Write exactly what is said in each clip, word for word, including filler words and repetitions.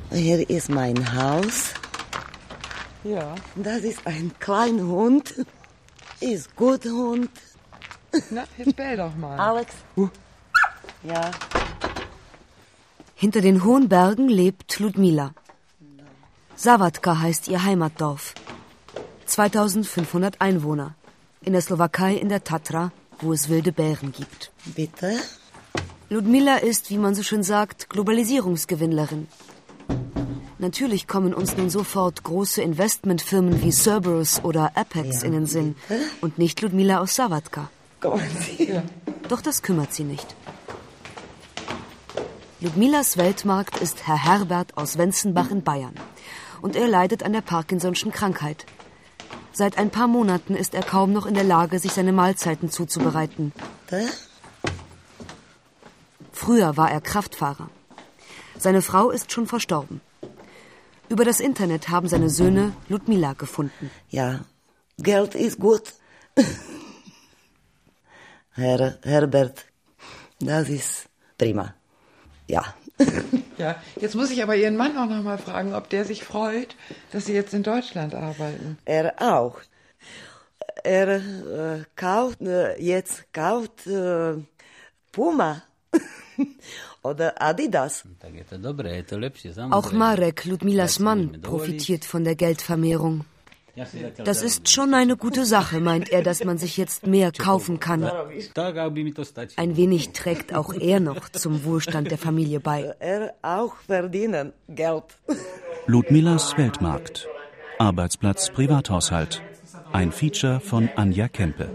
Hier ist mein Haus. Ja. Das ist ein kleiner Hund. Ist gut Hund. Na, jetzt bell doch mal. Alex? Uh. Ja. Hinter den hohen Bergen lebt Ludmila. Sawatka heißt ihr Heimatdorf. zweitausendfünfhundert Einwohner. In der Slowakei in der Tatra, wo es wilde Bären gibt. Bitte? Ludmila ist, wie man so schön sagt, Globalisierungsgewinnlerin. Natürlich kommen uns nun sofort große Investmentfirmen wie Cerberus oder Apex ja. in den Sinn. Und nicht Ludmila aus Sawatka. Kommen Sie. Ja. Doch das kümmert sie nicht. Ludmilas Weltmarkt ist Herr Herbert aus Wenzenbach in Bayern. Und er leidet an der Parkinson'schen Krankheit. Seit ein paar Monaten ist er kaum noch in der Lage, sich seine Mahlzeiten zuzubereiten. Hä? Früher war er Kraftfahrer. Seine Frau ist schon verstorben. Über das Internet haben seine Söhne Ludmila gefunden. Ja, Geld ist gut. Herr Herbert, das ist prima. Ja. Ja, jetzt muss ich aber Ihren Mann auch noch mal fragen, ob der sich freut, dass Sie jetzt in Deutschland arbeiten. Er auch. Er äh, kauft, äh, jetzt kauft äh, Puma oder Adidas. Auch Marek, Ludmilas Mann, profitiert von der Geldvermehrung. Das ist schon eine gute Sache, meint er, dass man sich jetzt mehr kaufen kann. Ein wenig trägt auch er noch zum Wohlstand der Familie bei. Er auch verdienen Geld. Ludmilas Weltmarkt. Arbeitsplatz Privathaushalt. Ein Feature von Anja Kempe.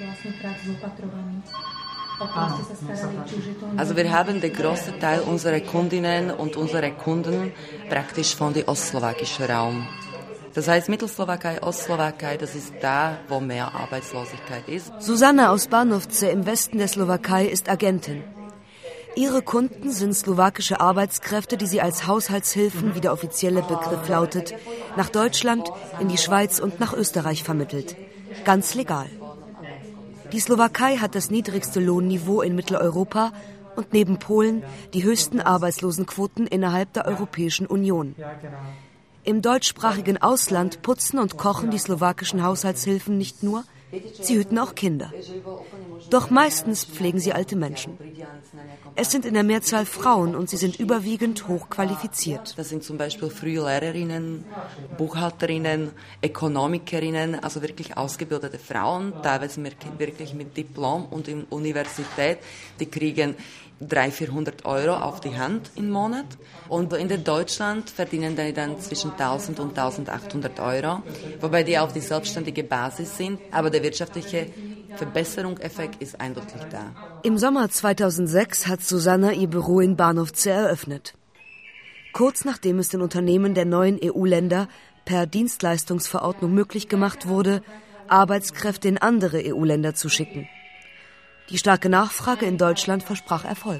Also wir haben den großen Teil unserer Kundinnen und unserer Kunden praktisch von dem ostslowakischen Raum. Das heißt, Mittelslowakei, Ostslowakei, das ist da, wo mehr Arbeitslosigkeit ist. Susanna aus Barnovce im Westen der Slowakei ist Agentin. Ihre Kunden sind slowakische Arbeitskräfte, die sie als Haushaltshilfen, wie der offizielle Begriff lautet, nach Deutschland, in die Schweiz und nach Österreich vermittelt. Ganz legal. Die Slowakei hat das niedrigste Lohnniveau in Mitteleuropa und neben Polen die höchsten Arbeitslosenquoten innerhalb der Europäischen Union. Im deutschsprachigen Ausland putzen und kochen die slowakischen Haushaltshilfen nicht nur, sie hüten auch Kinder. Doch meistens pflegen sie alte Menschen. Es sind in der Mehrzahl Frauen und sie sind überwiegend hochqualifiziert. Das sind zum Beispiel frühe Lehrerinnen, Buchhalterinnen, Ökonomikerinnen, also wirklich ausgebildete Frauen, teilweise wirklich mit Diplom und in Universität. Die kriegen dreihundert, vierhundert Euro auf die Hand im Monat. Und in Deutschland verdienen die dann zwischen tausend und eintausendachthundert Euro, wobei die auf die selbstständige Basis sind. Aber der wirtschaftliche Verbesserungseffekt ist eindeutig da. Im Sommer zweitausendsechs hat Susanna ihr Büro in Barnovce eröffnet. Kurz nachdem es den Unternehmen der neuen E U-Länder per Dienstleistungsverordnung möglich gemacht wurde, Arbeitskräfte in andere E U-Länder zu schicken. Die starke Nachfrage in Deutschland versprach Erfolg.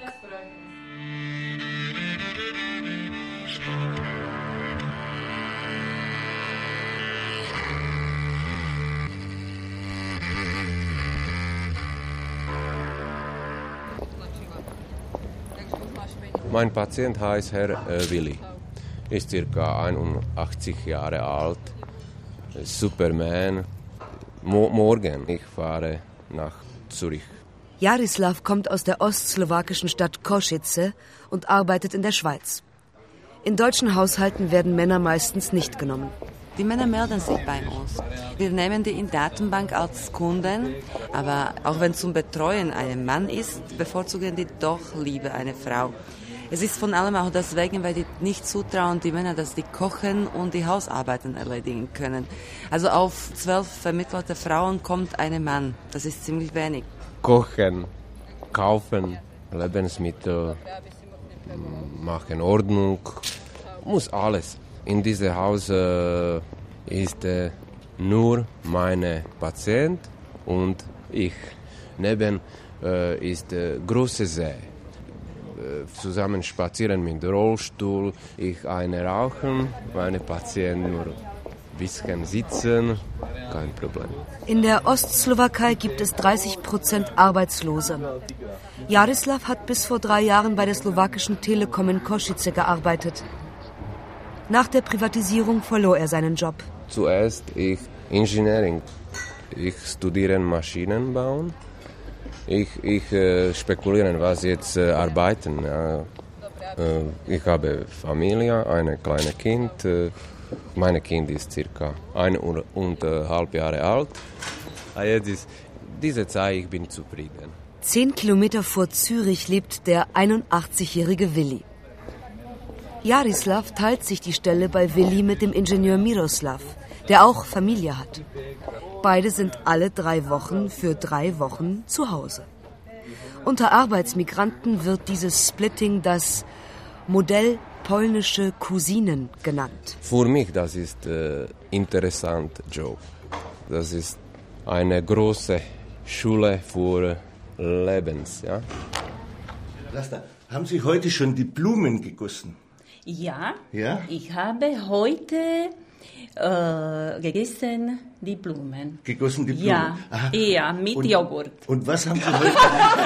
Mein Patient heißt Herr äh, Willi, ist ca. einundachtzig Jahre alt, Superman. Mo- morgen ich fahre nach Zürich. Jarislav kommt aus der ostslowakischen Stadt Košice und arbeitet in der Schweiz. In deutschen Haushalten werden Männer meistens nicht genommen. Die Männer melden sich bei uns. Wir nehmen die in Datenbank als Kunden, aber auch wenn zum Betreuen ein Mann ist, bevorzugen die doch lieber eine Frau. Es ist von allem auch deswegen, weil die nicht zutrauen, die Männer, dass die kochen und die Hausarbeiten erledigen können. Also auf zwölf vermittelte Frauen kommt ein Mann. Das ist ziemlich wenig. Kochen, kaufen, Lebensmittel, machen Ordnung, muss alles. In diesem Haus äh, ist äh, nur mein Patient und ich. Neben äh, ist äh, große See. Äh, zusammen spazieren mit Rollstuhl, ich eine rauchen, meine Patient nur ein bisschen sitzen, kein Problem. In der Ostslowakei gibt es dreißig Prozent Arbeitslose. Jarislav hat bis vor drei Jahren bei der slowakischen Telekom in Košice gearbeitet. Nach der Privatisierung verlor er seinen Job. Zuerst ich Engineering. Ich studiere Maschinenbau. Ich, ich äh, spekuliere, was jetzt äh, arbeiten. Ja. Äh, ich habe Familie, ein kleines Kind. Äh, mein Kind ist circa eineinhalb Jahre alt. Jetzt ist diese Zeit, ich bin zufrieden. Zehn Kilometer vor Zürich lebt der einundachtzigjährige Willi. Jarislav teilt sich die Stelle bei Willi mit dem Ingenieur Miroslav, der auch Familie hat. Beide sind alle drei Wochen für drei Wochen zu Hause. Unter Arbeitsmigranten wird dieses Splitting das Modell polnische Cousinen genannt. Für mich das ist äh, interessant Job. Das ist eine große Schule für Lebens. Ja? Lasta, haben Sie heute schon die Blumen gegossen? Ja, ja? Ich habe heute äh, gegessen die Blumen. Gegossen die Blumen? Ja, Aha. ja mit und, Joghurt. Und was haben Sie heute?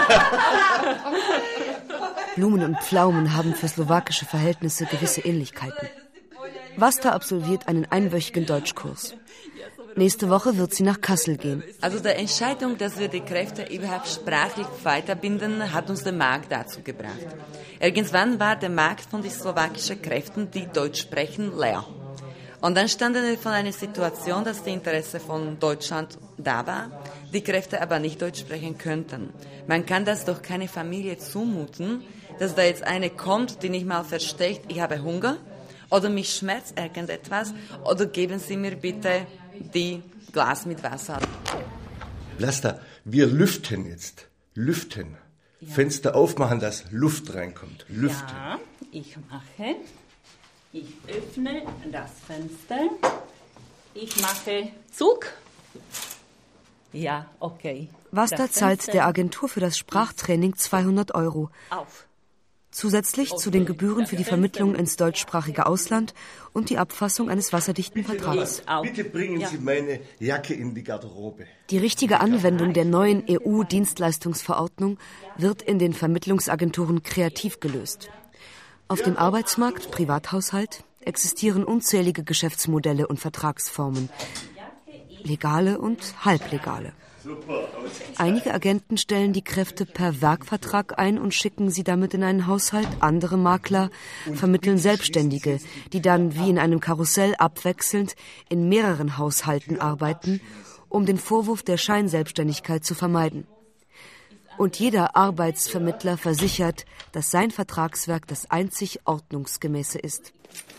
Blumen und Pflaumen haben für slowakische Verhältnisse gewisse Ähnlichkeiten. Vasta absolviert einen einwöchigen Deutschkurs. Nächste Woche wird sie nach Kassel gehen. Also die Entscheidung, dass wir die Kräfte überhaupt sprachlich weiterbinden, hat uns der Markt dazu gebracht. Irgendwann war der Markt von den slowakischen Kräften, die Deutsch sprechen, leer. Und dann standen wir vor einer Situation, dass die Interesse von Deutschland da war, die Kräfte aber nicht Deutsch sprechen könnten. Man kann das doch keine Familie zumuten, dass da jetzt eine kommt, die nicht mal versteht, ich habe Hunger oder mich schmerzt irgendetwas oder geben Sie mir bitte die Glas mit Wasser. Lasta, wir lüften jetzt. Lüften. Ja. Fenster aufmachen, dass Luft reinkommt. Lüften. Ja, ich mache. Ich öffne das Fenster. Ich mache Zug. Ja, okay. Vasta zahlt der Agentur für das Sprachtraining zweihundert Euro. Auf. Zusätzlich zu den Gebühren für die Vermittlung ins deutschsprachige Ausland und die Abfassung eines wasserdichten Vertrags. Bitte bringen Sie meine Jacke in die Garderobe. Die richtige Anwendung der neuen E U-Dienstleistungsverordnung wird in den Vermittlungsagenturen kreativ gelöst. Auf dem Arbeitsmarkt, Privathaushalt, existieren unzählige Geschäftsmodelle und Vertragsformen, legale und halblegale. Einige Agenten stellen die Kräfte per Werkvertrag ein und schicken sie damit in einen Haushalt. Andere Makler vermitteln Selbstständige, die dann wie in einem Karussell abwechselnd in mehreren Haushalten arbeiten, um den Vorwurf der Scheinselbstständigkeit zu vermeiden. Und jeder Arbeitsvermittler versichert, dass sein Vertragswerk das einzig Ordnungsgemäße ist.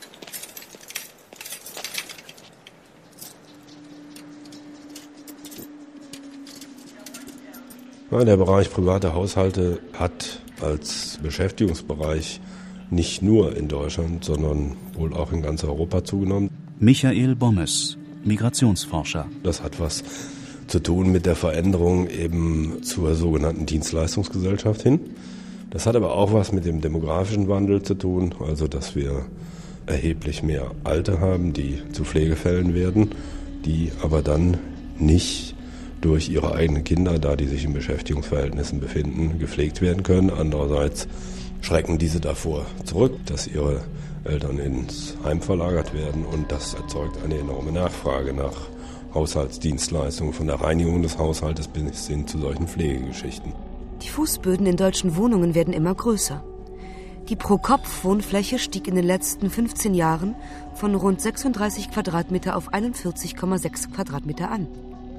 Ja, der Bereich private Haushalte hat als Beschäftigungsbereich nicht nur in Deutschland, sondern wohl auch in ganz Europa zugenommen. Michael Bommes, Migrationsforscher. Das hat was zu tun mit der Veränderung eben zur sogenannten Dienstleistungsgesellschaft hin. Das hat aber auch was mit dem demografischen Wandel zu tun, also dass wir erheblich mehr Alte haben, die zu Pflegefällen werden, die aber dann nicht durch ihre eigenen Kinder, da die sich in Beschäftigungsverhältnissen befinden, gepflegt werden können. Andererseits schrecken diese davor zurück, dass ihre Eltern ins Heim verlagert werden und das erzeugt eine enorme Nachfrage nach Haushaltsdienstleistungen, von der Reinigung des Haushaltes bis hin zu solchen Pflegegeschichten. Die Fußböden in deutschen Wohnungen werden immer größer. Die Pro-Kopf-Wohnfläche stieg in den letzten fünfzehn Jahren von rund sechsunddreißig Quadratmeter auf einundvierzig Komma sechs Quadratmeter an.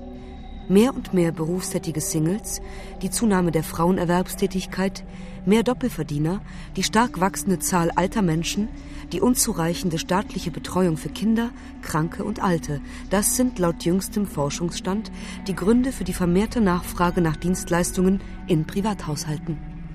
Mehr und mehr berufstätige Singles, die Zunahme der Frauenerwerbstätigkeit, mehr Doppelverdiener, die stark wachsende Zahl alter Menschen, die unzureichende staatliche Betreuung für Kinder, Kranke und Alte. Das sind laut jüngstem Forschungsstand die Gründe für die vermehrte Nachfrage nach Dienstleistungen in Privathaushalten.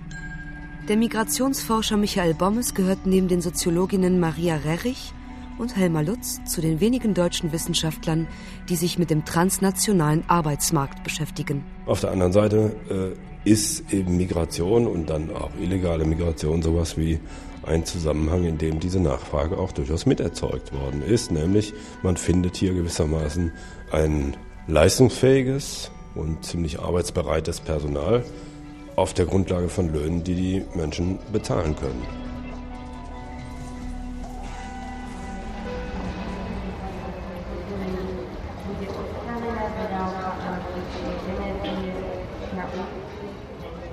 Der Migrationsforscher Michael Bommes gehört neben den Soziologinnen Maria Rerich und Helma Lutz zu den wenigen deutschen Wissenschaftlern, die sich mit dem transnationalen Arbeitsmarkt beschäftigen. Auf der anderen Seite äh, ist eben Migration und dann auch illegale Migration sowas wie ein Zusammenhang, in dem diese Nachfrage auch durchaus miterzeugt worden ist. Nämlich man findet hier gewissermaßen ein leistungsfähiges und ziemlich arbeitsbereites Personal auf der Grundlage von Löhnen, die die Menschen bezahlen können.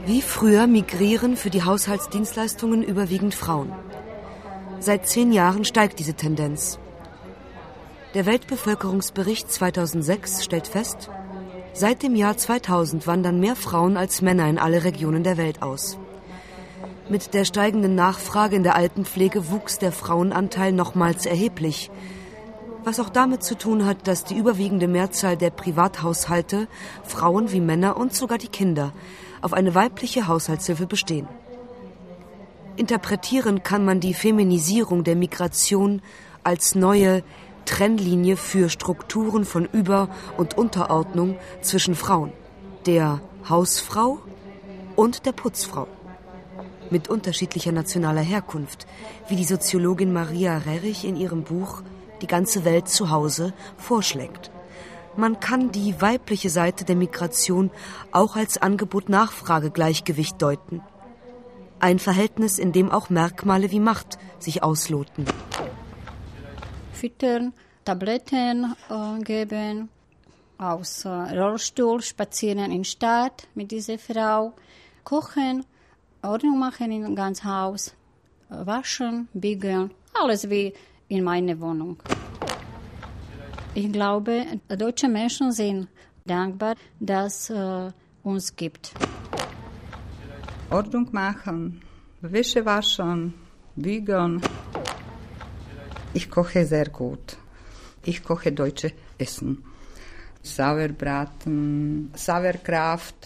Wie früher migrieren für die Haushaltsdienstleistungen überwiegend Frauen. Seit zehn Jahren steigt diese Tendenz. Der Weltbevölkerungsbericht zweitausendsechs stellt fest, seit dem Jahr zweitausend wandern mehr Frauen als Männer in alle Regionen der Welt aus. Mit der steigenden Nachfrage in der Altenpflege wuchs der Frauenanteil nochmals erheblich, was auch damit zu tun hat, dass die überwiegende Mehrzahl der Privathaushalte, Frauen wie Männer und sogar die Kinder, auf eine weibliche Haushaltshilfe bestehen. Interpretieren kann man die Feminisierung der Migration als neue Trennlinie für Strukturen von Über- und Unterordnung zwischen Frauen, der Hausfrau und der Putzfrau. Mit unterschiedlicher nationaler Herkunft, wie die Soziologin Maria Rerich in ihrem Buch Die ganze Welt zu Hause vorschlägt. Man kann die weibliche Seite der Migration auch als Angebot-Nachfrage-Gleichgewicht deuten. Ein Verhältnis, in dem auch Merkmale wie Macht sich ausloten. Füttern, Tabletten äh, geben, aus äh, Rollstuhl spazieren in der Stadt mit dieser Frau, kochen, Ordnung machen im ganzen Haus, äh, waschen, bügeln, alles wie in meiner Wohnung. Ich glaube, deutsche Menschen sind dankbar, dass es äh, uns gibt. Ordnung machen, Wäsche waschen, bügeln. Ich koche sehr gut. Ich koche deutsche Essen. Sauerbraten, Sauerkraut.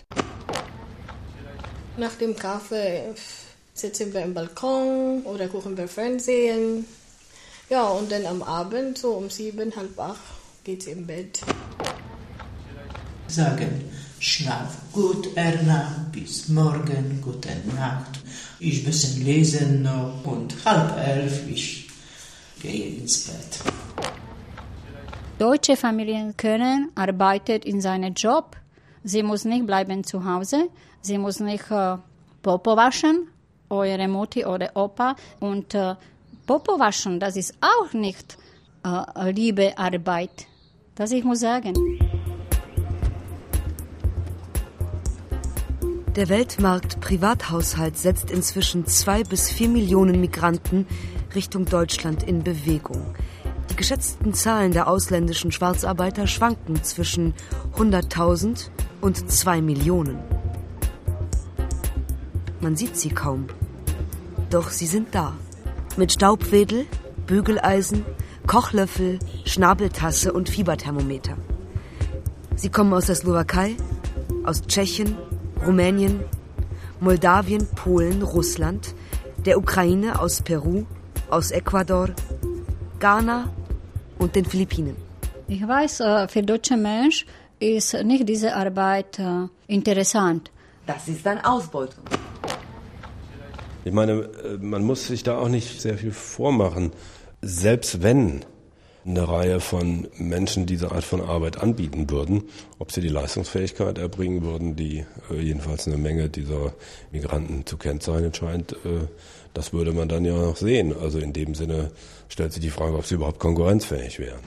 Nach dem Kaffee sitzen wir im Balkon oder gucken wir Fernsehen. Ja, und dann am Abend, so um sieben, halb acht, geht's im Bett. Sagen, schlaf gut, Erna, bis morgen, gute Nacht. Ich bisschen lesen noch und halb elf, ich gehe ins Bett. Deutsche Familien können arbeiten in seinem Job. Sie muss nicht bleiben zu Hause. Sie muss nicht äh, Popo waschen, eure Mutti oder Opa. Und äh, Popo waschen, das ist auch nicht äh, liebe Arbeit. Das ich muss sagen. Der Weltmarkt Privathaushalt setzt inzwischen zwei bis vier Millionen Migranten Richtung Deutschland in Bewegung. Die geschätzten Zahlen der ausländischen Schwarzarbeiter schwanken zwischen hunderttausend und zwei Millionen. Man sieht sie kaum. Doch sie sind da. Mit Staubwedel, Bügeleisen, Kochlöffel, Schnabeltasse und Fieberthermometer. Sie kommen aus der Slowakei, aus Tschechien, Rumänien, Moldawien, Polen, Russland, der Ukraine, aus Peru, aus Ecuador, Ghana und den Philippinen. Ich weiß, für deutsche Menschen ist nicht diese Arbeit interessant. Das ist eine Ausbeutung. Ich meine, man muss sich da auch nicht sehr viel vormachen. Selbst wenn eine Reihe von Menschen diese Art von Arbeit anbieten würden, ob sie die Leistungsfähigkeit erbringen würden, die äh, jedenfalls eine Menge dieser Migranten zu kennzeichnen scheint, äh, das würde man dann ja noch sehen. Also in dem Sinne stellt sich die Frage, ob sie überhaupt konkurrenzfähig wären.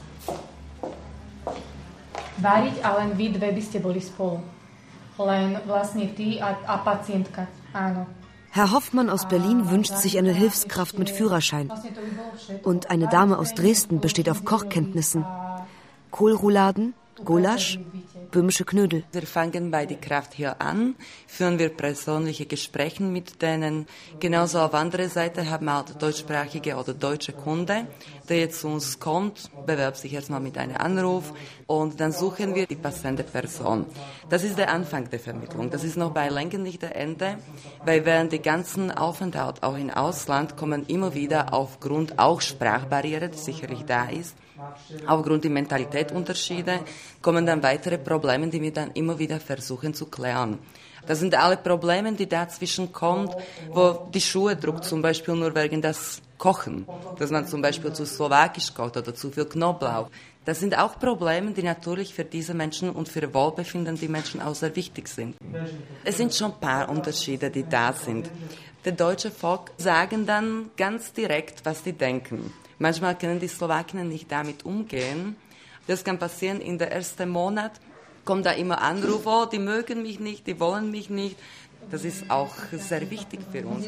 Variť a len vy dve by ste boli spolu. Len vlastne ty a, a pacientka, áno. Herr Hoffmann aus Berlin wünscht sich eine Hilfskraft mit Führerschein. Und eine Dame aus Dresden besteht auf Kochkenntnissen. Kohlrouladen, Gulasch, böhmische Knödel. Wir fangen bei der Kraft hier an, führen wir persönliche Gespräche mit denen. Genauso auf andere Seite haben wir auch deutschsprachige oder deutsche Kunde, der jetzt zu uns kommt, bewerbt sich erstmal mit einem Anruf und dann suchen wir die passende Person. Das ist der Anfang der Vermittlung. Das ist noch bei Lenken nicht der Ende, weil während der ganzen Aufenthalt auch im Ausland kommen immer wieder aufgrund auch Sprachbarriere, die sicherlich da ist, aufgrund der Mentalitätsunterschiede, kommen dann weitere Probleme, die wir dann immer wieder versuchen zu klären. Das sind alle Probleme, die dazwischen kommen, wo die Schuhe druckt, zum Beispiel nur wegen das Kochen, dass man zum Beispiel zu slowakisch kocht oder zu viel Knoblauch. Das sind auch Probleme, die natürlich für diese Menschen und für Wohlbefinden die Menschen auch sehr wichtig sind. Es sind schon ein paar Unterschiede, die da sind. Die deutsche Volk sagen dann ganz direkt, was sie denken. Manchmal können die Slowakinnen nicht damit umgehen. Das kann passieren in der ersten Monat. Kommt da immer Anrufe, oh, die mögen mich nicht, die wollen mich nicht. Das ist auch sehr wichtig für uns.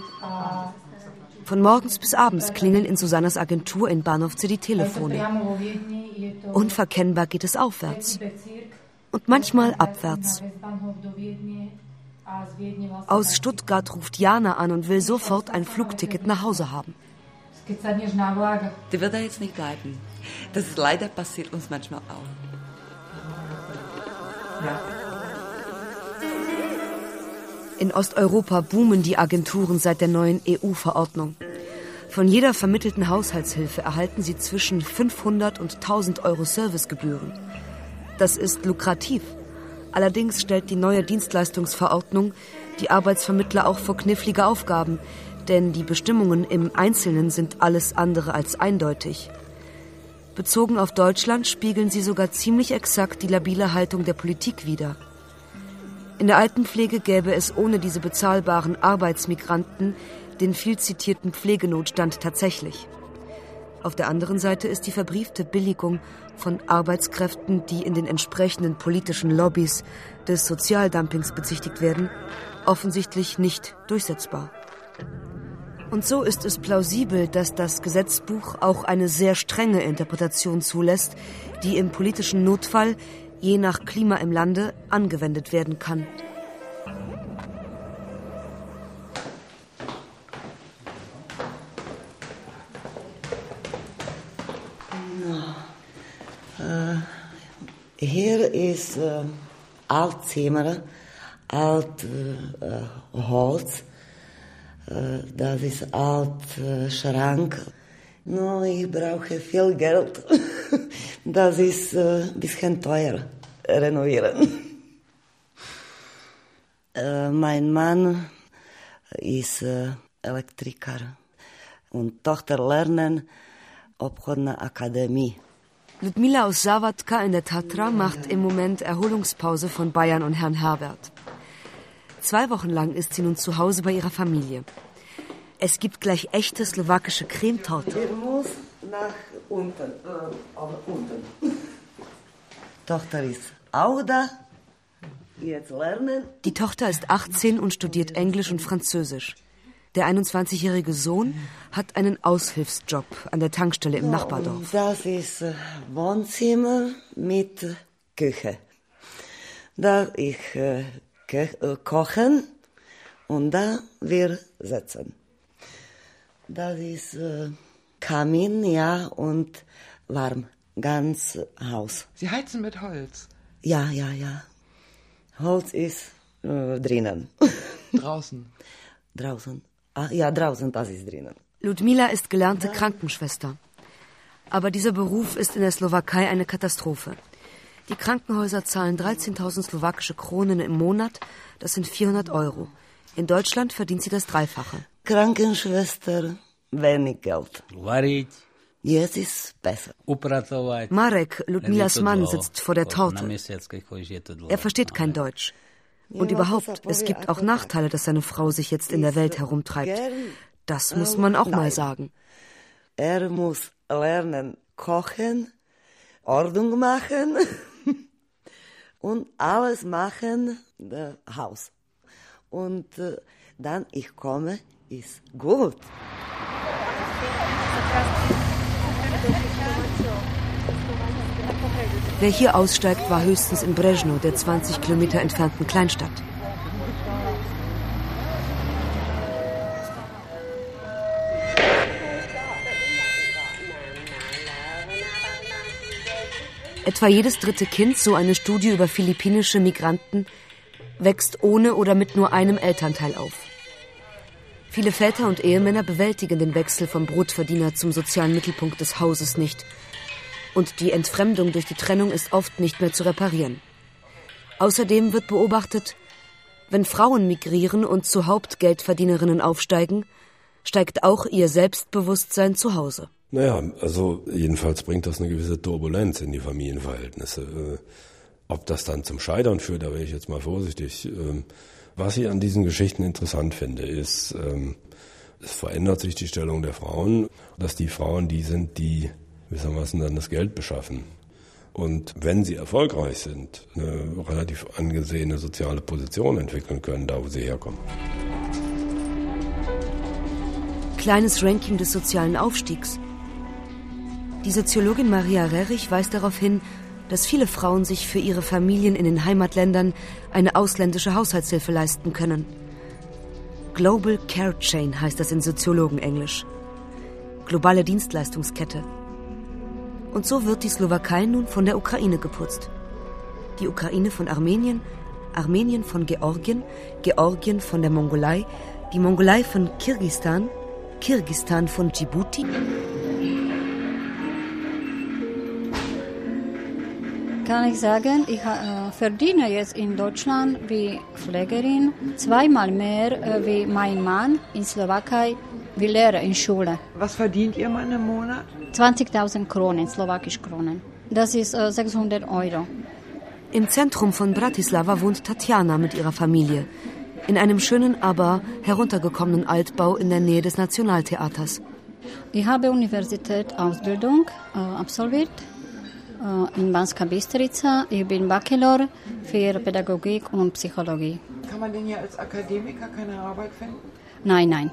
Von morgens bis abends klingeln in Susannas Agentur in Banovce die Telefone. Unverkennbar geht es aufwärts und manchmal abwärts. Aus Stuttgart ruft Jana an und will sofort ein Flugticket nach Hause haben. Die wird da jetzt nicht bleiben. Das ist leider passiert uns manchmal auch. Ja. In Osteuropa boomen die Agenturen seit der neuen E U-Verordnung. Von jeder vermittelten Haushaltshilfe erhalten sie zwischen fünfhundert und tausend Euro Servicegebühren. Das ist lukrativ. Allerdings stellt die neue Dienstleistungsverordnung die Arbeitsvermittler auch vor knifflige Aufgaben, denn die Bestimmungen im Einzelnen sind alles andere als eindeutig. Bezogen auf Deutschland spiegeln sie sogar ziemlich exakt die labile Haltung der Politik wider. In der Altenpflege gäbe es ohne diese bezahlbaren Arbeitsmigranten den viel zitierten Pflegenotstand tatsächlich. Auf der anderen Seite ist die verbriefte Billigung von Arbeitskräften, die in den entsprechenden politischen Lobbys des Sozialdumpings bezichtigt werden, offensichtlich nicht durchsetzbar. Und so ist es plausibel, dass das Gesetzbuch auch eine sehr strenge Interpretation zulässt, die im politischen Notfall je nach Klima im Lande angewendet werden kann. Uh, hier ist uh, Altzimmer, alt uh, Holz. Uh, das ist alt uh, Schrank. No, ich brauche viel Geld. Das ist ein uh, bisschen teuer, renovieren. Uh, mein Mann ist uh, Elektriker und Tochter lernen Obchodna Akademie. Ludmila aus Sawatka in der Tatra macht im Moment Erholungspause von Bayern und Herrn Herbert. Zwei Wochen lang ist sie nun zu Hause bei ihrer Familie. Es gibt gleich echte slowakische Cremetorte. Wir müssen nach unten, äh, aber unten. Tochter ist auch da. Jetzt lernen. Die Tochter ist achtzehn und studiert Englisch und Französisch. Der einundzwanzigjährige Sohn hat einen Aushilfsjob an der Tankstelle im Nachbardorf. Das ist Wohnzimmer mit Küche. Da ich äh, kochen und da wir sitzen. Das ist äh, Kamin, ja, und warm, ganz Haus. Sie heizen mit Holz? Ja, ja, ja. Holz ist äh, drinnen. Draußen? Draußen. Ah, ja, draußen, das ist drinnen. Ludmila ist gelernte Krankenschwester. Aber dieser Beruf ist in der Slowakei eine Katastrophe. Die Krankenhäuser zahlen dreizehntausend slowakische Kronen im Monat, das sind vierhundert Euro. In Deutschland verdient sie das Dreifache. Krankenschwester, wenig Geld. Variť. Jetzt ist besser. Upratovať. Marek, Ludmilas Mann, sitzt vor der Torte. Er versteht kein Deutsch. Und überhaupt, es gibt auch Nachteile, dass seine Frau sich jetzt in der Welt herumtreibt. Das muss man auch mal sagen. Er muss lernen kochen, Ordnung machen und alles machen, das Haus. Und äh, dann ich komme, ist gut. Wer hier aussteigt, war höchstens in Brezno, der zwanzig Kilometer entfernten Kleinstadt. Etwa jedes dritte Kind, so eine Studie über philippinische Migranten, wächst ohne oder mit nur einem Elternteil auf. Viele Väter und Ehemänner bewältigen den Wechsel vom Brotverdiener zum sozialen Mittelpunkt des Hauses nicht. Und die Entfremdung durch die Trennung ist oft nicht mehr zu reparieren. Außerdem wird beobachtet, wenn Frauen migrieren und zu Hauptgeldverdienerinnen aufsteigen, steigt auch ihr Selbstbewusstsein zu Hause. Naja, also jedenfalls bringt das eine gewisse Turbulenz in die Familienverhältnisse. Äh, ob das dann zum Scheitern führt, da wäre ich jetzt mal vorsichtig. Ähm, was ich an diesen Geschichten interessant finde, ist, ähm, es verändert sich die Stellung der Frauen, dass die Frauen die sind, die, wie sagen wir es denn dann, das Geld beschaffen. und wenn sie erfolgreich sind, eine relativ angesehene soziale Position entwickeln können, da wo sie herkommen. Kleines Ranking des sozialen Aufstiegs. Die Soziologin Maria Rerich weist darauf hin, dass viele Frauen sich für ihre Familien in den Heimatländern eine ausländische Haushaltshilfe leisten können. Global Care Chain heißt das in Soziologenenglisch. Globale Dienstleistungskette. Und so wird die Slowakei nun von der Ukraine geputzt. Die Ukraine von Armenien, Armenien von Georgien, Georgien von der Mongolei, die Mongolei von Kirgisistan, Kirgisistan von Djibouti. Kann ich sagen, ich äh, verdiene jetzt in Deutschland wie Pflegerin zweimal mehr äh, wie mein Mann in Slowakei wie Lehrer in Schule. Was verdient Ihr Mann im Monat? zwanzigtausend Kronen, slowakische Kronen. Das ist äh, sechshundert Euro. Im Zentrum von Bratislava wohnt Tatjana mit ihrer Familie. In einem schönen, aber heruntergekommenen Altbau in der Nähe des Nationaltheaters. Ich habe Universitätsausbildung äh, absolviert. In Banska Bystrica. Ich bin Bachelor für Pädagogik und Psychologie. Kann man denn hier als Akademiker keine Arbeit finden? Nein, nein.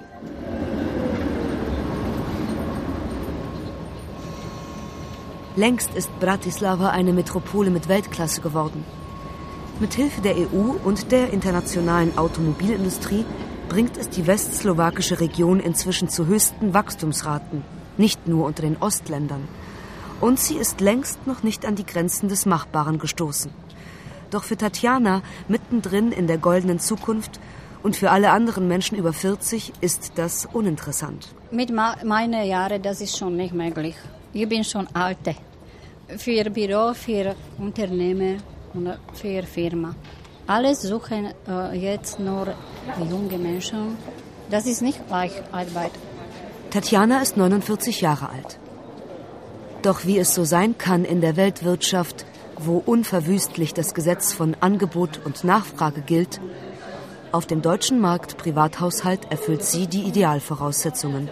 Längst ist Bratislava eine Metropole mit Weltklasse geworden. Mit Hilfe der E U und der internationalen Automobilindustrie bringt es die westslowakische Region inzwischen zu höchsten Wachstumsraten, nicht nur unter den Ostländern. Und sie ist längst noch nicht an die Grenzen des Machbaren gestoßen. Doch für Tatjana, mittendrin in der goldenen Zukunft, und für alle anderen Menschen über vierzig ist das uninteressant. Mit ma- meinen Jahren, das ist schon nicht möglich. Ich bin schon alte. Für Büro, für Unternehmen und für Firma. Alles suchen äh, jetzt nur die jungen Menschen. Das ist nicht leicht Arbeit. Tatjana ist neunundvierzig Jahre alt. Doch wie es so sein kann in der Weltwirtschaft, wo unverwüstlich das Gesetz von Angebot und Nachfrage gilt, auf dem deutschen Markt Privathaushalt erfüllt sie die Idealvoraussetzungen.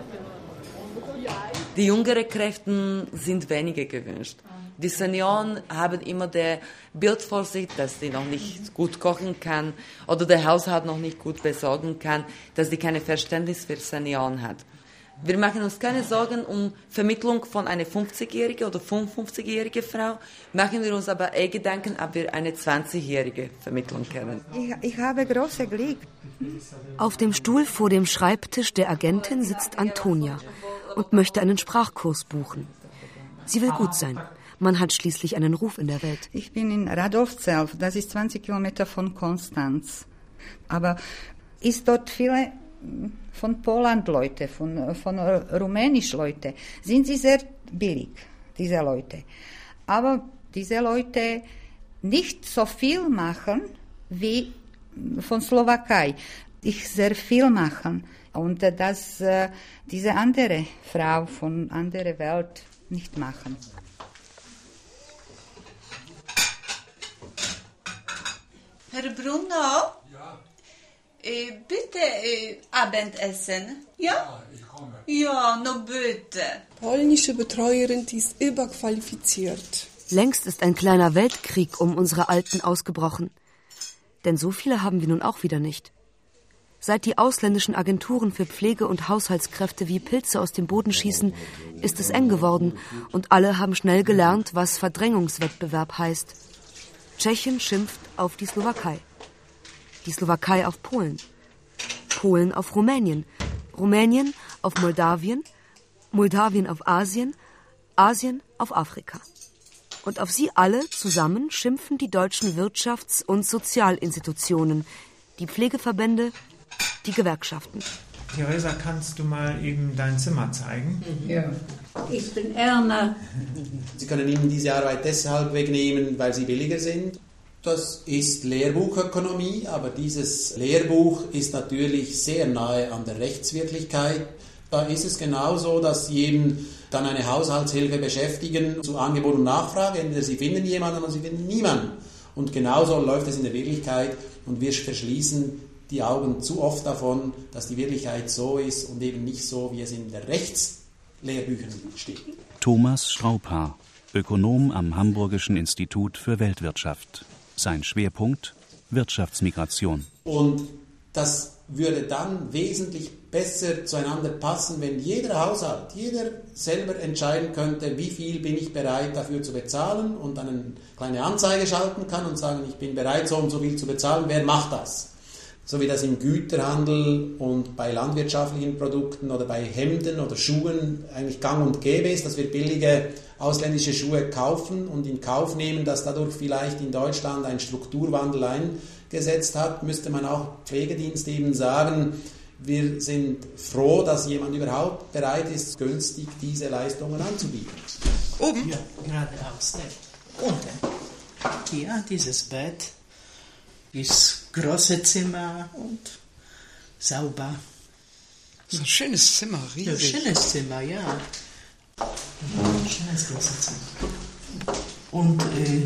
Die jüngeren Kräfte sind weniger gewünscht. Die Senioren haben immer das Bild vor sich, dass sie noch nicht gut kochen kann oder der Haushalt noch nicht gut besorgen kann, dass sie kein Verständnis für Senioren hat. Wir machen uns keine Sorgen um Vermittlung von einer fünfzigjährigen oder fünfundfünfzigjährigen Frau, machen wir uns aber eher Gedanken, ob wir eine zwanzigjährige vermitteln können. Ich, ich habe große Glück. Auf dem Stuhl vor dem Schreibtisch der Agentin sitzt Antonia und möchte einen Sprachkurs buchen. Sie will gut sein. Man hat schließlich einen Ruf in der Welt. Ich bin in Radovce, das ist zwanzig Kilometer von Konstanz. Aber ist dort viele von Poland Leute, von, von Rumänisch Leute, sind sie sehr billig, diese Leute. Aber diese Leute nicht so viel machen wie von Slowakei. Ich sehr viel machen. Und das äh, diese andere Frau von anderer Welt nicht machen. Herr Bruno? Ja? Äh, bitte äh, Abendessen. Ja? Ja, ich komme. Ja, no bitte. Polnische Betreuerin, die ist überqualifiziert. Längst ist ein kleiner Weltkrieg um unsere Alten ausgebrochen. Denn so viele haben wir nun auch wieder nicht. Seit die ausländischen Agenturen für Pflege- und Haushaltskräfte wie Pilze aus dem Boden schießen, ist es eng geworden und alle haben schnell gelernt, was Verdrängungswettbewerb heißt. Tschechien schimpft auf die Slowakei. Die Slowakei auf Polen. Polen auf Rumänien. Rumänien auf Moldawien. Moldawien auf Asien. Asien auf Afrika. Und auf sie alle zusammen schimpfen die deutschen Wirtschafts- und Sozialinstitutionen, die Pflegeverbände, die Gewerkschaften. Theresa, kannst du mal eben dein Zimmer zeigen? Ja. Ich bin Erna. Sie können Ihnen diese Arbeit deshalb wegnehmen, weil sie billiger sind. Das ist Lehrbuchökonomie, aber dieses Lehrbuch ist natürlich sehr nahe an der Rechtswirklichkeit. Da ist es genauso, dass Sie eben dann eine Haushaltshilfe beschäftigen zu Angebot und Nachfrage. Entweder Sie finden jemanden oder Sie finden niemanden. Und genauso läuft es in der Wirklichkeit und wir verschließen die Augen zu oft davon, dass die Wirklichkeit so ist und eben nicht so, wie es in den Rechtslehrbüchern steht. Thomas Straubhaar, Ökonom am Hamburgischen Institut für Weltwirtschaft. Sein Schwerpunkt: Wirtschaftsmigration. Und das würde dann wesentlich besser zueinander passen, wenn jeder Haushalt, jeder selber entscheiden könnte, wie viel bin ich bereit dafür zu bezahlen und dann eine kleine Anzeige schalten kann und sagen, ich bin bereit, so und so viel zu bezahlen, wer macht das? So wie das im Güterhandel und bei landwirtschaftlichen Produkten oder bei Hemden oder Schuhen eigentlich gang und gäbe ist, dass wir billige ausländische Schuhe kaufen und in Kauf nehmen, dass dadurch vielleicht in Deutschland ein Strukturwandel eingesetzt hat, müsste man auch Pflegedienst eben sagen, wir sind froh, dass jemand überhaupt bereit ist, günstig diese Leistungen anzubieten. Oben? Ja, geradeaus. Unten. Ja, dieses Bett ist große Zimmer und sauber. So ein schönes Zimmer, riesig. Ja, schönes Zimmer, ja. Schönes großes Zimmer. Und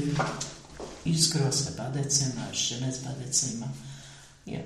äh, ist große Badezimmer, schönes Badezimmer. Ja.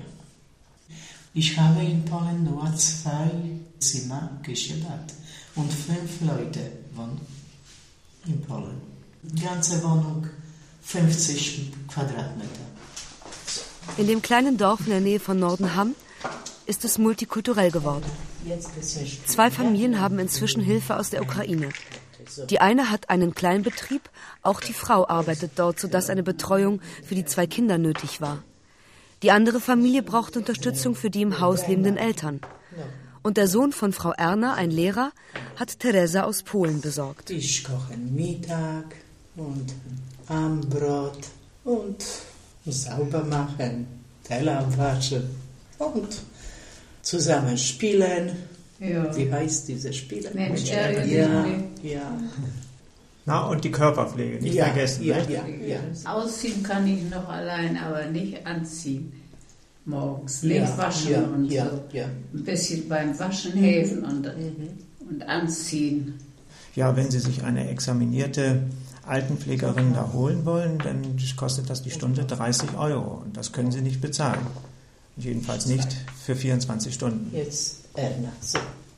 Ich habe in Polen nur zwei Zimmer, Küche, Bad. Und fünf Leute wohnen in Polen. Die ganze Wohnung fünfzig Quadratmeter. In dem kleinen Dorf in der Nähe von Nordenham ist es multikulturell geworden. Zwei Familien haben inzwischen Hilfe aus der Ukraine. Die eine hat einen Kleinbetrieb, auch die Frau arbeitet dort, sodass eine Betreuung für die zwei Kinder nötig war. Die andere Familie braucht Unterstützung für die im Haus lebenden Eltern. Und der Sohn von Frau Erna, ein Lehrer, hat Teresa aus Polen besorgt. Ich koche Mittag und Abendbrot und sauber machen, Teller waschen und zusammen spielen. Ja. Wie heißt diese Spiele? Mensch, ja, ja. ja. Na, und die Körperpflege, nicht ja, vergessen. Ja, nicht? Ja, ja. Ausziehen kann ich noch allein, aber nicht anziehen. Morgens, nicht ja, waschen ja, und ja, so. Ja. Ein bisschen beim Waschen helfen und, mhm. und anziehen. Ja, wenn Sie sich eine examinierte Altenpflegerin da holen wollen, dann kostet das die Stunde dreißig Euro. Und das können Sie nicht bezahlen. Jedenfalls nicht für vierundzwanzig Stunden. Jetzt, Erna, so.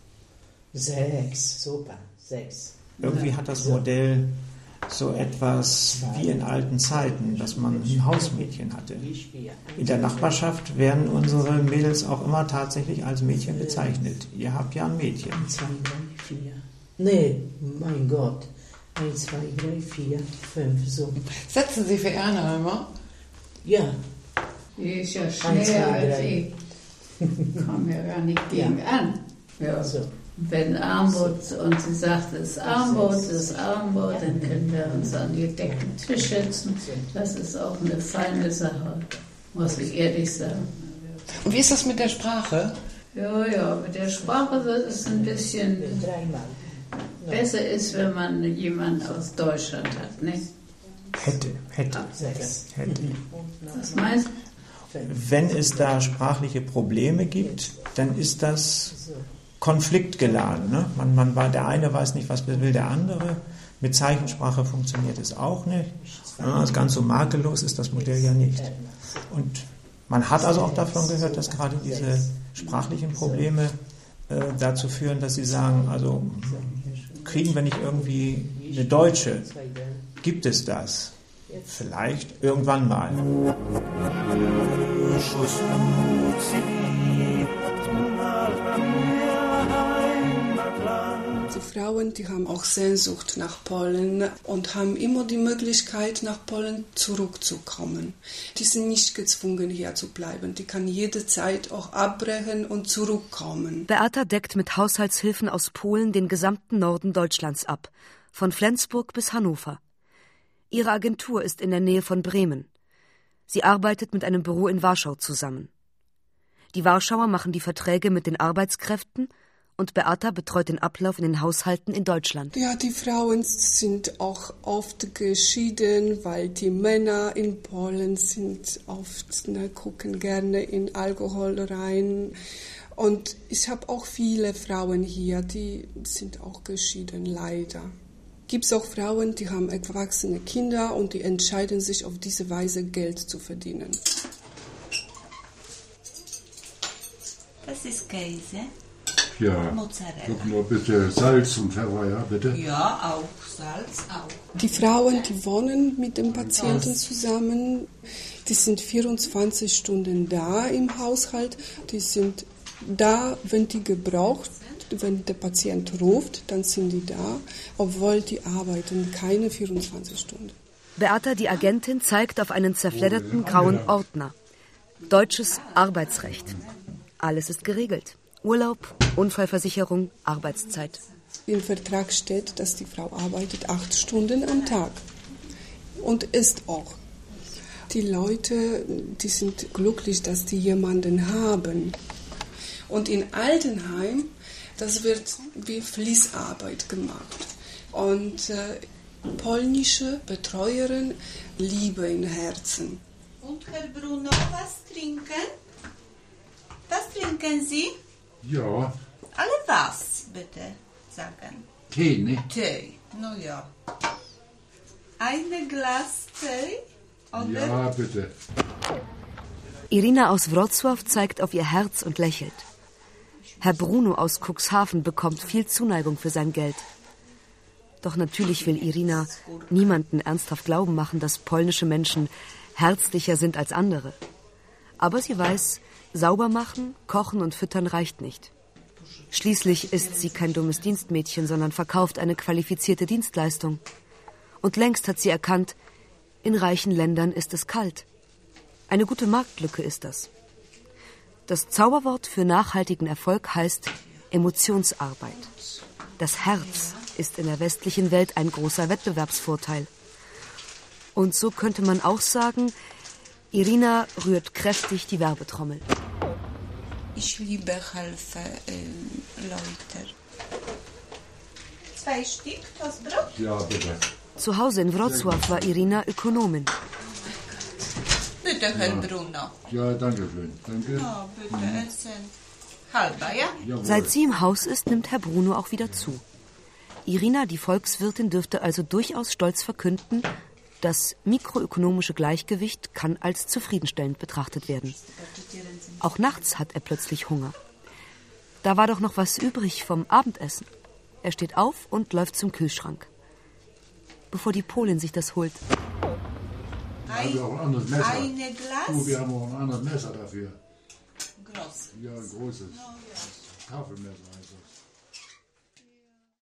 Sechs, super, sechs. Irgendwie hat das Modell so etwas wie in alten Zeiten, dass man ein Hausmädchen hatte. In der Nachbarschaft werden unsere Mädels auch immer tatsächlich als Mädchen bezeichnet. Ihr habt ja ein Mädchen. Zwei, drei, vier. Nee, mein Gott. Eins, zwei, drei, vier, fünf, so. Setzen Sie für Erna immer? Ja. Die ist ja schneller als ich. Komm ja gar nicht gegen ja. an. Ja. So. Wenn Armut, und sie sagt, es ist Armut, es ist Armut, dann können wir uns an die gedeckten Tisch setzen. Das ist auch eine feine Sache, muss ich ehrlich sagen. Und wie ist das mit der Sprache? Ja, ja, mit der Sprache, das ist ein bisschen besser ist, wenn man jemanden aus Deutschland hat, nicht? Hätte, hätte, hätte. Was meinst du? Wenn es da sprachliche Probleme gibt, dann ist das konfliktgeladen. Ne? Man, man, der eine weiß nicht, was will der andere. Mit Zeichensprache funktioniert es auch nicht. Ja, also ganz so makellos ist das Modell ja nicht. Und man hat also auch davon gehört, dass gerade diese sprachlichen Probleme äh, dazu führen, dass sie sagen, also kriegen wir nicht irgendwie eine Deutsche? Gibt es das? Vielleicht irgendwann mal. Die Frauen, die haben auch Sehnsucht nach Polen und haben immer die Möglichkeit, nach Polen zurückzukommen. Die sind nicht gezwungen, hier zu bleiben. Die kann jederzeit auch abbrechen und zurückkommen. Beata deckt mit Haushaltshilfen aus Polen den gesamten Norden Deutschlands ab, von Flensburg bis Hannover. Ihre Agentur ist in der Nähe von Bremen. Sie arbeitet mit einem Büro in Warschau zusammen. Die Warschauer machen die Verträge mit den Arbeitskräften und Beata betreut den Ablauf in den Haushalten in Deutschland. Ja, die Frauen sind auch oft geschieden, weil die Männer in Polen sind oft, ne, gucken gerne in Alkohol rein. Und ich habe auch viele Frauen hier, die sind auch geschieden, leider. Gibt es auch Frauen, die haben erwachsene Kinder und die entscheiden sich auf diese Weise Geld zu verdienen. Das ist Käse. Ja, Mozzarella. guck nur bitte Salz und Pfeffer, ja, bitte. Ja, auch Salz, auch. Die Frauen, die wohnen mit dem Patienten zusammen, die sind vierundzwanzig Stunden da im Haushalt. Die sind da, wenn die gebraucht, wenn der Patient ruft, dann sind die da, obwohl die arbeiten keine vierundzwanzig Stunden. Beata, die Agentin, zeigt auf einen zerfledderten grauen Ordner. Deutsches Arbeitsrecht. Alles ist geregelt. Urlaub, Unfallversicherung, Arbeitszeit. Im Vertrag steht, dass die Frau arbeitet acht Stunden am Tag und isst auch. Die Leute, die sind glücklich, dass die jemanden haben. Und in Altenheim, das wird wie Fließarbeit gemacht. Und äh, polnische Betreuerin, Liebe im Herzen. Und Herr Bruno, was trinken? Was trinken Sie? Ja. Alle was, bitte sagen. Tee, ne? Tee, no ja. Ein Glas Tee, oder? Ja, bitte. Irina aus Wrocław zeigt auf ihr Herz und lächelt. Herr Bruno aus Cuxhaven bekommt viel Zuneigung für sein Geld. Doch natürlich will Irina niemanden ernsthaft glauben machen, dass polnische Menschen herzlicher sind als andere. Aber sie weiß, sauber machen, kochen und füttern reicht nicht. Schließlich ist sie kein dummes Dienstmädchen, sondern verkauft eine qualifizierte Dienstleistung. Und längst hat sie erkannt, in reichen Ländern ist es kalt. Eine gute Marktlücke ist das. Das Zauberwort für nachhaltigen Erfolg heißt Emotionsarbeit. Das Herz ist in der westlichen Welt ein großer Wettbewerbsvorteil. Und so könnte man auch sagen, Irina rührt kräftig die Werbetrommel. Ich liebe helfen äh, Leute. Zwei Stück Toastbrot? Ja, bitte. Zu Hause in Wrocław war Irina Ökonomin. Bitte, Herr Ja. Bruno. Ja, danke schön. Danke. Ja, bitte essen. Halber, ja? Jawohl. Seit sie im Haus ist, nimmt Herr Bruno auch wieder zu. Irina, die Volkswirtin, dürfte also durchaus stolz verkünden, das mikroökonomische Gleichgewicht kann als zufriedenstellend betrachtet werden. Auch nachts hat er plötzlich Hunger. Da war doch noch was übrig vom Abendessen. Er steht auf und läuft zum Kühlschrank. Bevor die Polin sich das holt. Haben wir auch ein anderes Messer? Eine Glas? Oh, wir haben auch ein anderes Messer dafür. Groß. Ja, ein großes Tafelmesser.